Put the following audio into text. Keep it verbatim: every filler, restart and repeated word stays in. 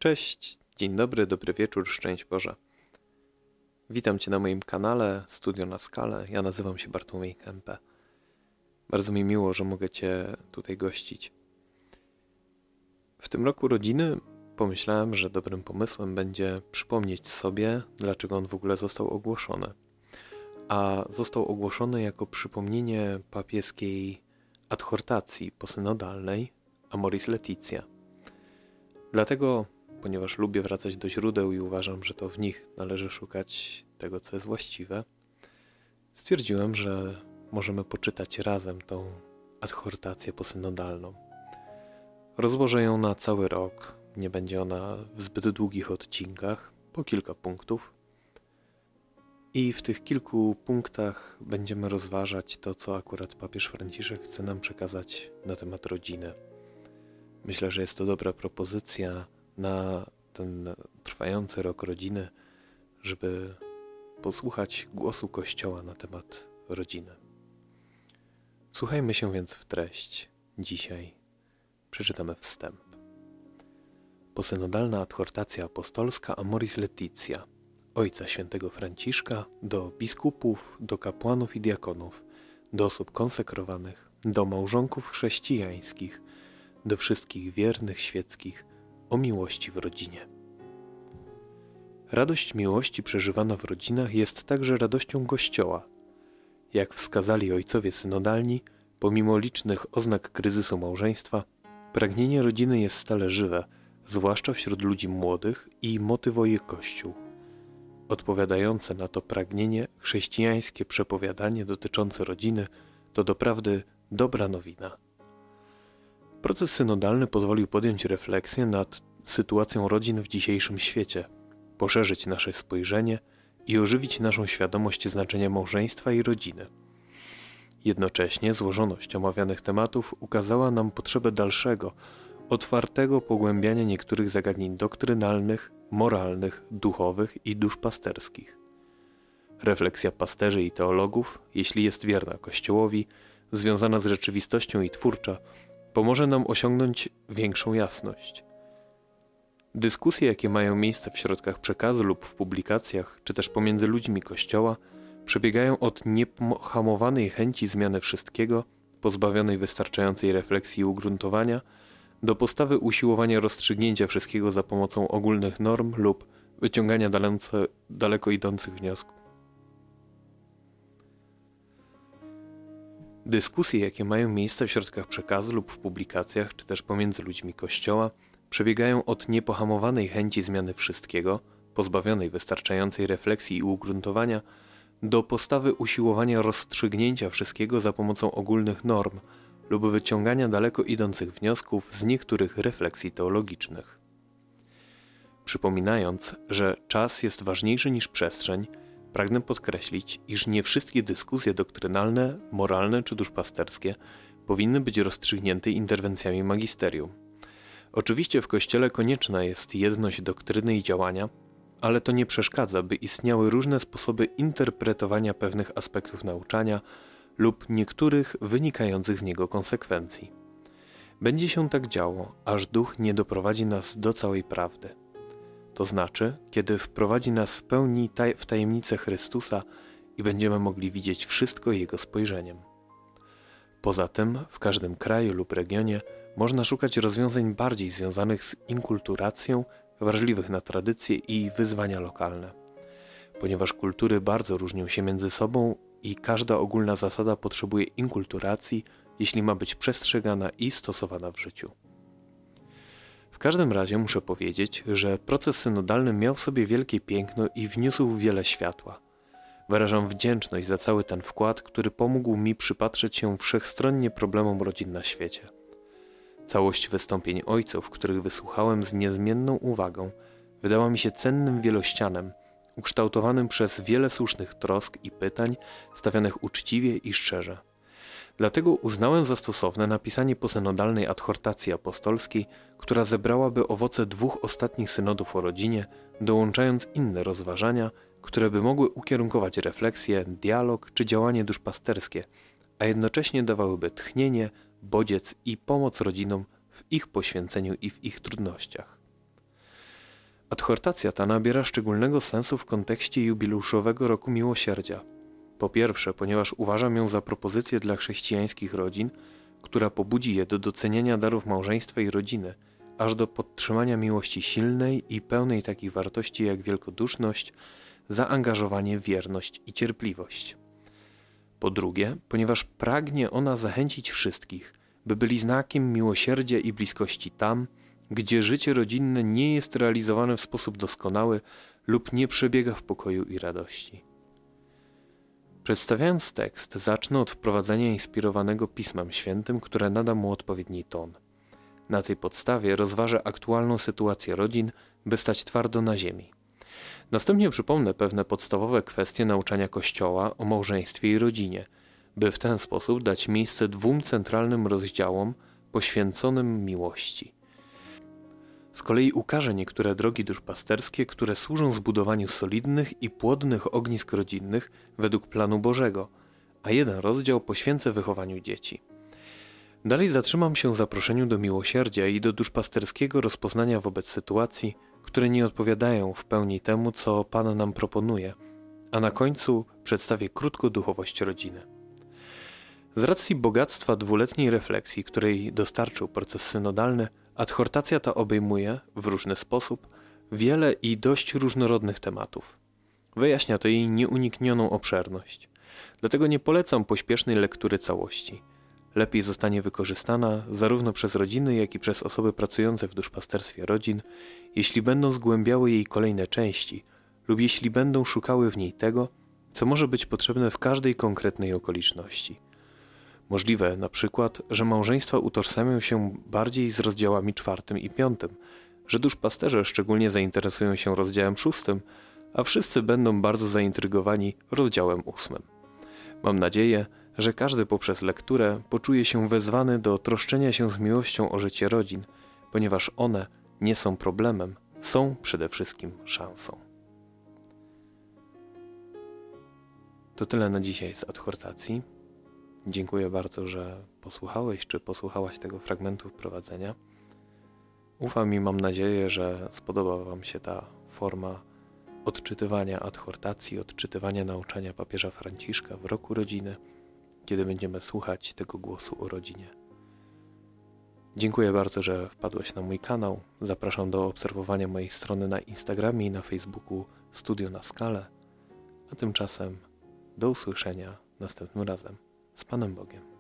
Cześć, dzień dobry, dobry wieczór, szczęść Boże. Witam Cię na moim kanale Studio na Skalę. Ja nazywam się Bartłomiej Kępe. Bardzo mi miło, że mogę Cię tutaj gościć. W tym roku rodziny pomyślałem, że dobrym pomysłem będzie przypomnieć sobie, dlaczego on w ogóle został ogłoszony. A został ogłoszony jako przypomnienie papieskiej adhortacji posynodalnej Amoris Laetitia. Dlatego, ponieważ lubię wracać do źródeł i uważam, że to w nich należy szukać tego, co jest właściwe, stwierdziłem, że możemy poczytać razem tą adhortację posynodalną. Rozłożę ją na cały rok, nie będzie ona w zbyt długich odcinkach, po kilka punktów. I w tych kilku punktach będziemy rozważać to, co akurat papież Franciszek chce nam przekazać na temat rodziny. Myślę, że jest to dobra propozycja na ten trwający rok rodziny, żeby posłuchać głosu Kościoła na temat rodziny. Wsłuchajmy się więc w treść. Dzisiaj przeczytamy wstęp. Posynodalna adhortacja apostolska Amoris Laetitia Ojca Świętego Franciszka do biskupów, do kapłanów i diakonów, do osób konsekrowanych, do małżonków chrześcijańskich, do wszystkich wiernych świeckich o miłości w rodzinie. Radość miłości przeżywana w rodzinach jest także radością Kościoła. Jak wskazali ojcowie synodalni, pomimo licznych oznak kryzysu małżeństwa, pragnienie rodziny jest stale żywe, zwłaszcza wśród ludzi młodych, i motywuje Kościół. Odpowiadające na to pragnienie chrześcijańskie przepowiadanie dotyczące rodziny to doprawdy dobra nowina. Proces synodalny pozwolił podjąć refleksję nad sytuacją rodzin w dzisiejszym świecie, poszerzyć nasze spojrzenie i ożywić naszą świadomość znaczenia małżeństwa i rodziny. Jednocześnie złożoność omawianych tematów ukazała nam potrzebę dalszego, otwartego pogłębiania niektórych zagadnień doktrynalnych, moralnych, duchowych i duszpasterskich. Refleksja pasterzy i teologów, jeśli jest wierna Kościołowi, związana z rzeczywistością i twórcza, pomoże nam osiągnąć większą jasność. Dyskusje, jakie mają miejsce w środkach przekazu lub w publikacjach, czy też pomiędzy ludźmi Kościoła, przebiegają od niepohamowanej chęci zmiany wszystkiego, pozbawionej wystarczającej refleksji i ugruntowania, do postawy usiłowania rozstrzygnięcia wszystkiego za pomocą ogólnych norm lub wyciągania dalece, daleko idących wniosków. Dyskusje, jakie mają miejsce w środkach przekazu lub w publikacjach, czy też pomiędzy ludźmi Kościoła, przebiegają od niepohamowanej chęci zmiany wszystkiego, pozbawionej wystarczającej refleksji i ugruntowania, do postawy usiłowania rozstrzygnięcia wszystkiego za pomocą ogólnych norm lub wyciągania daleko idących wniosków z niektórych refleksji teologicznych. Przypominając, że czas jest ważniejszy niż przestrzeń, pragnę podkreślić, iż nie wszystkie dyskusje doktrynalne, moralne czy duszpasterskie powinny być rozstrzygnięte interwencjami magisterium. Oczywiście w Kościele konieczna jest jedność doktryny i działania, ale to nie przeszkadza, by istniały różne sposoby interpretowania pewnych aspektów nauczania lub niektórych wynikających z niego konsekwencji. Będzie się tak działo, aż Duch nie doprowadzi nas do całej prawdy. To znaczy, kiedy wprowadzi nas w pełni taj- w tajemnicę Chrystusa i będziemy mogli widzieć wszystko Jego spojrzeniem. Poza tym, w każdym kraju lub regionie można szukać rozwiązań bardziej związanych z inkulturacją, wrażliwych na tradycje i wyzwania lokalne. Ponieważ kultury bardzo różnią się między sobą i każda ogólna zasada potrzebuje inkulturacji, jeśli ma być przestrzegana i stosowana w życiu. W każdym razie muszę powiedzieć, że proces synodalny miał w sobie wielkie piękno i wniósł wiele światła. Wyrażam wdzięczność za cały ten wkład, który pomógł mi przypatrzeć się wszechstronnie problemom rodzin na świecie. Całość wystąpień ojców, których wysłuchałem z niezmienną uwagą, wydała mi się cennym wielościanem, ukształtowanym przez wiele słusznych trosk i pytań, stawianych uczciwie i szczerze. Dlatego uznałem za stosowne napisanie posynodalnej adhortacji apostolskiej, która zebrałaby owoce dwóch ostatnich synodów o rodzinie, dołączając inne rozważania, które by mogły ukierunkować refleksję, dialog czy działanie duszpasterskie, a jednocześnie dawałyby tchnienie, bodziec i pomoc rodzinom w ich poświęceniu i w ich trudnościach. Adhortacja ta nabiera szczególnego sensu w kontekście jubileuszowego Roku Miłosierdzia. Po pierwsze, ponieważ uważam ją za propozycję dla chrześcijańskich rodzin, która pobudzi je do doceniania darów małżeństwa i rodziny, aż do podtrzymania miłości silnej i pełnej takich wartości jak wielkoduszność, zaangażowanie, wierność i cierpliwość. Po drugie, ponieważ pragnie ona zachęcić wszystkich, by byli znakiem miłosierdzia i bliskości tam, gdzie życie rodzinne nie jest realizowane w sposób doskonały lub nie przebiega w pokoju i radości. Przedstawiając tekst, zacznę od wprowadzenia inspirowanego Pismem Świętym, które nada mu odpowiedni ton. Na tej podstawie rozważę aktualną sytuację rodzin, by stać twardo na ziemi. Następnie przypomnę pewne podstawowe kwestie nauczania Kościoła o małżeństwie i rodzinie, by w ten sposób dać miejsce dwóm centralnym rozdziałom poświęconym miłości. Z kolei ukażę niektóre drogi duszpasterskie, które służą zbudowaniu solidnych i płodnych ognisk rodzinnych według planu Bożego, a jeden rozdział poświęcę wychowaniu dzieci. Dalej zatrzymam się zaproszeniu do miłosierdzia i do duszpasterskiego rozpoznania wobec sytuacji, które nie odpowiadają w pełni temu, co Pan nam proponuje, a na końcu przedstawię krótko duchowość rodziny. Z racji bogactwa dwuletniej refleksji, której dostarczył proces synodalny, adhortacja ta obejmuje, w różny sposób, wiele i dość różnorodnych tematów. Wyjaśnia to jej nieuniknioną obszerność. Dlatego nie polecam pośpiesznej lektury całości. Lepiej zostanie wykorzystana zarówno przez rodziny, jak i przez osoby pracujące w duszpasterstwie rodzin, jeśli będą zgłębiały jej kolejne części lub jeśli będą szukały w niej tego, co może być potrzebne w każdej konkretnej okoliczności. Możliwe na przykład, że małżeństwa utożsamią się bardziej z rozdziałami czwartym i piątym, że duszpasterze szczególnie zainteresują się rozdziałem szóstym, a wszyscy będą bardzo zaintrygowani rozdziałem ósmym. Mam nadzieję, że każdy poprzez lekturę poczuje się wezwany do troszczenia się z miłością o życie rodzin, ponieważ one nie są problemem, są przede wszystkim szansą. To tyle na dzisiaj z adhortacji. Dziękuję bardzo, że posłuchałeś czy posłuchałaś tego fragmentu wprowadzenia. Ufam i mam nadzieję, że spodoba Wam się ta forma odczytywania adhortacji, odczytywania nauczania papieża Franciszka w roku rodziny, kiedy będziemy słuchać tego głosu o rodzinie. Dziękuję bardzo, że wpadłeś na mój kanał. Zapraszam do obserwowania mojej strony na Instagramie i na Facebooku Studio na Skalę. A tymczasem do usłyszenia następnym razem. Z Panem Bogiem.